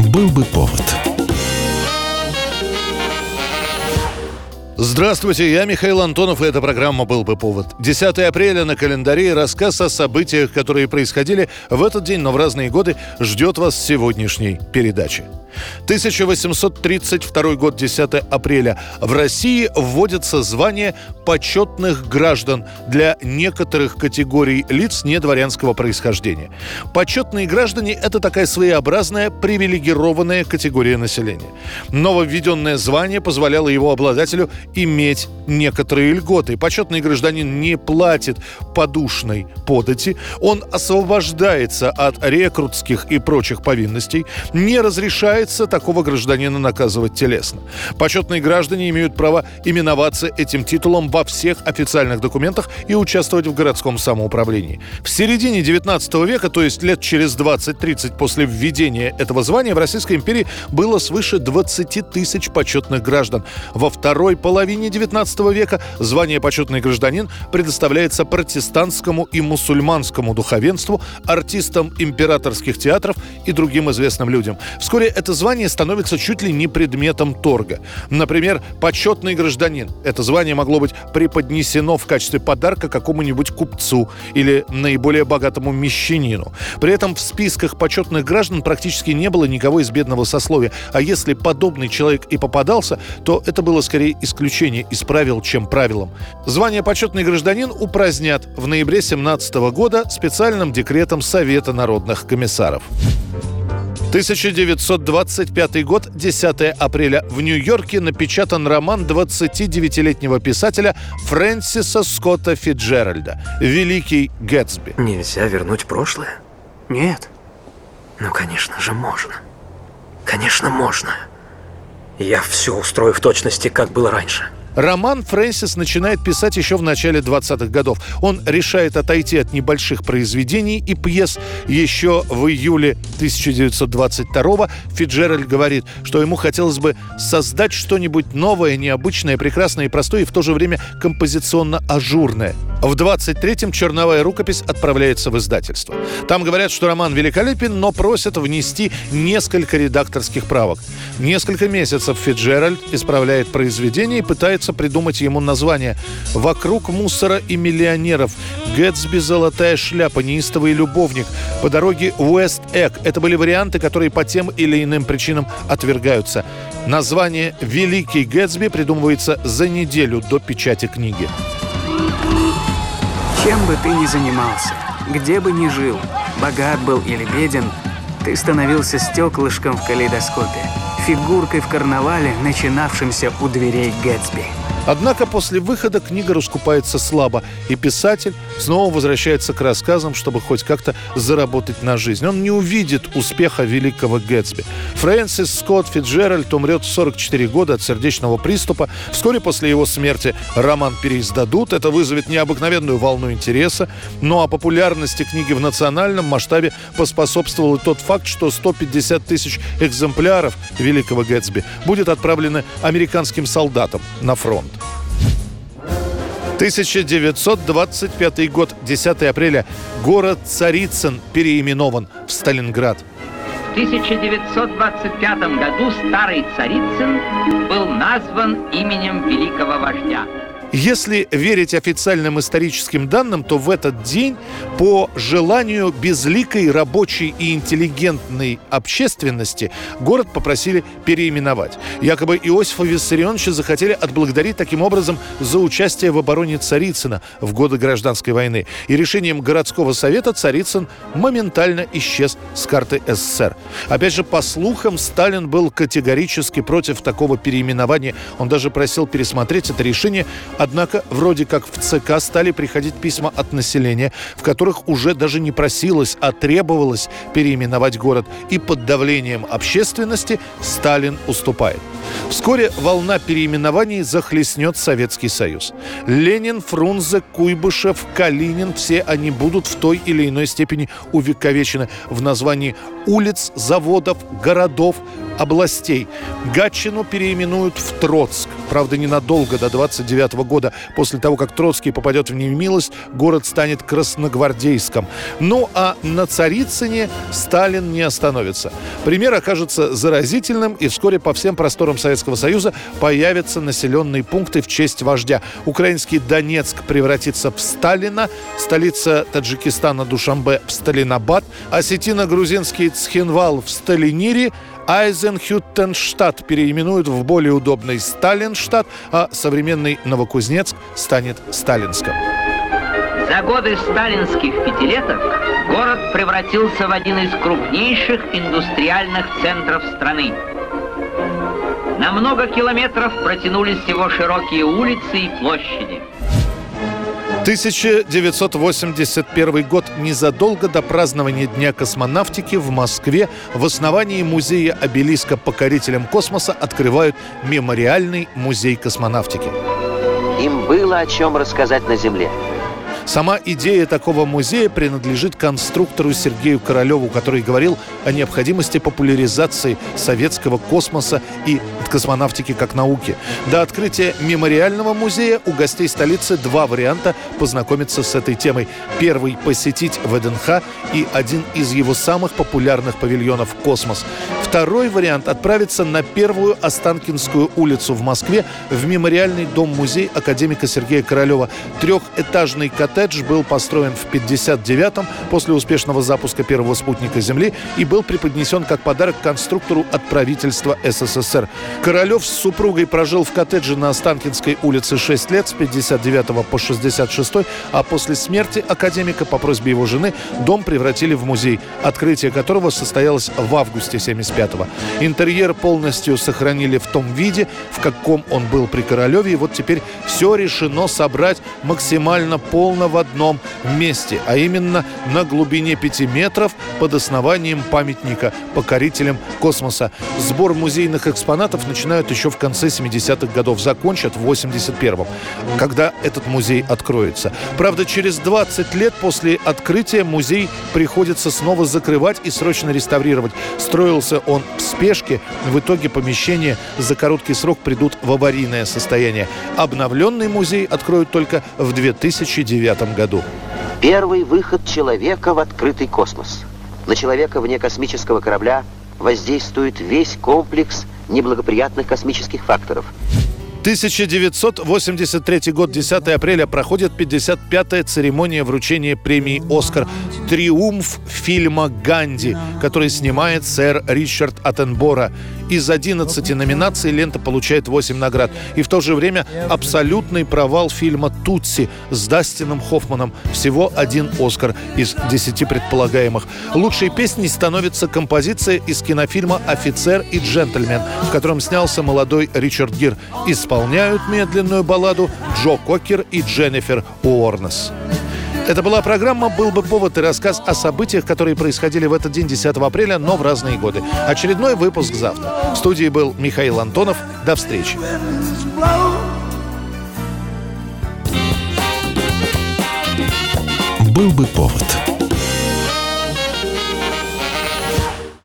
Был бы повод. Здравствуйте, я Михаил Антонов, и эта программа «Был бы повод». 10 апреля на календаре, рассказ о событиях, которые происходили в этот день, но в разные годы, ждет вас в сегодняшней передаче. 1832 год, 10 апреля. В России вводится звание почетных граждан для некоторых категорий лиц недворянского происхождения. Почетные граждане – это такая своеобразная привилегированная категория населения. Нововведенное звание позволяло его обладателю иметь некоторые льготы. Почетный гражданин не платит подушной подати, он освобождается от рекрутских и прочих повинностей, не разрешается такого гражданина наказывать телесно. Почетные граждане имеют право именоваться этим титулом во всех официальных документах и участвовать в городском самоуправлении. В середине 19 века, то есть лет через 20-30 после введения этого звания, в Российской империи было свыше 20 тысяч почетных граждан. Во второй половине 19 века звание почетный гражданин предоставляется протестантскому и мусульманскому духовенству, артистам императорских театров и другим известным людям. Вскоре это звание становится чуть ли не предметом торга. Например, почетный гражданин. Это звание могло быть преподнесено в качестве подарка какому-нибудь купцу или наиболее богатому мещанину. При этом в списках почетных граждан практически не было никого из бедного сословия. А если подобный человек и попадался, то это было скорее исключение из правил, чем правилом. Звание почетный гражданин упразднят в ноябре 17 года специальным декретом Совета народных комиссаров. 1925 год, 10 апреля. В Нью-Йорке напечатан роман 29-летнего писателя Фрэнсиса Скотта Фицджеральда «Великий Гэтсби». Нельзя вернуть прошлое? Нет. Ну, конечно же, можно. Конечно, можно. Я все устрою в точности, как было раньше. Роман Фрэнсис начинает писать еще в начале 20-х годов. Он решает отойти от небольших произведений и пьес. Еще в июле 1922-го Фицджеральд говорит, что ему хотелось бы создать что-нибудь новое, необычное, прекрасное и простое, и в то же время композиционно ажурное. В 23-м черновая рукопись отправляется в издательство. Там говорят, что роман великолепен, но просят внести несколько редакторских правок. Несколько месяцев Фицджеральд исправляет произведение и пытается придумать ему название. «Вокруг мусора и миллионеров», «Гэтсби. Золотая шляпа», «Неистовый любовник», «По дороге Уэст-Эг». Это были варианты, которые по тем или иным причинам отвергаются. Название «Великий Гэтсби» придумывается за неделю до печати книги. Чем бы ты ни занимался, где бы ни жил, богат был или беден, ты становился стеклышком в калейдоскопе, фигуркой в карнавале, начинавшемся у дверей Гэтсби. Однако после выхода книга раскупается слабо, и писатель снова возвращается к рассказам, чтобы хоть как-то заработать на жизнь. Он не увидит успеха великого Гэтсби. Фрэнсис Скотт Фицджеральд умрет в 44 года от сердечного приступа. Вскоре после его смерти роман переиздадут. Это вызовет необыкновенную волну интереса. Ну а популярности книги в национальном масштабе поспособствовал и тот факт, что 150 тысяч экземпляров великого Гэтсби будет отправлено американским солдатам на фронт. 1925 год, 10 апреля. Город Царицын переименован в Сталинград. В 1925 году старый Царицын был назван именем великого вождя. Если верить официальным историческим данным, то в этот день по желанию безликой рабочей и интеллигентной общественности город попросили переименовать. Якобы Иосифа Виссарионовича захотели отблагодарить таким образом за участие в обороне Царицына в годы Гражданской войны. И решением городского совета Царицын моментально исчез с карты СССР. Опять же, по слухам, Сталин был категорически против такого переименования. Он даже просил пересмотреть это решение. Однако, вроде как в ЦК стали приходить письма от населения, в которых уже даже не просилось, а требовалось переименовать город. И под давлением общественности Сталин уступает. Вскоре волна переименований захлестнет Советский Союз. Ленин, Фрунзе, Куйбышев, Калинин – все они будут в той или иной степени увековечены в названии улиц, заводов, городов, областей. Гатчину переименуют в Троцк. Правда, ненадолго, до 29 года. После того, как Троцкий попадет в немилость, город станет Красногвардейском. Ну, а на Царицыне Сталин не остановится. Пример окажется заразительным, и вскоре по всем просторам Советского Союза появятся населенные пункты в честь вождя. Украинский Донецк превратится в Сталина, столица Таджикистана Душанбе в Сталинабад, осетино-грузинский Цхинвал в Сталинире, Айзенхюттенштадт переименуют в более удобный Сталинштадт, а современный Новокузнецк станет Сталинском. За годы сталинских пятилеток город превратился в один из крупнейших индустриальных центров страны. На много километров протянулись его широкие улицы и площади. 1981 год. Незадолго до празднования Дня космонавтики в Москве в основании музея обелиска покорителям космоса открывают мемориальный музей космонавтики. Им было о чем рассказать на Земле. Сама идея такого музея принадлежит конструктору Сергею Королеву, который говорил о необходимости популяризации советского космоса и космонавтики как науки. До открытия мемориального музея у гостей столицы два варианта познакомиться с этой темой. Первый – посетить ВДНХ и один из его самых популярных павильонов «Космос». Второй вариант – отправиться на Первую Останкинскую улицу в Москве в мемориальный дом-музей академика Сергея Королева. Трехэтажный коттедж был построен в 1959-м после успешного запуска первого спутника Земли и был преподнесен как подарок конструктору от правительства СССР. Королев с супругой прожил в коттедже на Останкинской улице 6 лет, с 59 по 66, а после смерти академика по просьбе его жены дом превратили в музей, открытие которого состоялось в августе 1975-го. Интерьер полностью сохранили в том виде, в каком он был при Королеве, и вот теперь все решено собрать максимально полно в одном месте, а именно на глубине 5 метров под основанием памятника покорителям космоса. Сбор музейных экспонатов начинают еще в конце 70-х годов, закончат в 81-м, когда этот музей откроется. Правда, через 20 лет после открытия музей приходится снова закрывать и срочно реставрировать. Строился он в спешке, в итоге помещения за короткий срок придут в аварийное состояние. Обновленный музей откроют только в 2009 году. Первый выход человека в открытый космос. На человека вне космического корабля воздействует весь комплекс неблагоприятных космических факторов. 1983 год, 10 апреля, проходит 55-я церемония вручения премии «Оскар». Триумф фильма «Ганди», который снимает сэр Ричард Аттенбора. Из 11 номинаций лента получает 8 наград. И в то же время абсолютный провал фильма «Тутси» с Дастином Хоффманом. Всего 1 «Оскар» из 10 предполагаемых. Лучшей песней становится композиция из кинофильма «Офицер и джентльмен», в котором снялся молодой Ричард Гир. Исполняют медленную балладу Джо Кокер и Дженнифер Уорнес. Это была программа «Был бы повод» и рассказ о событиях, которые происходили в этот день, 10 апреля, но в разные годы. Очередной выпуск завтра. В студии был Михаил Антонов. До встречи. «Был бы повод».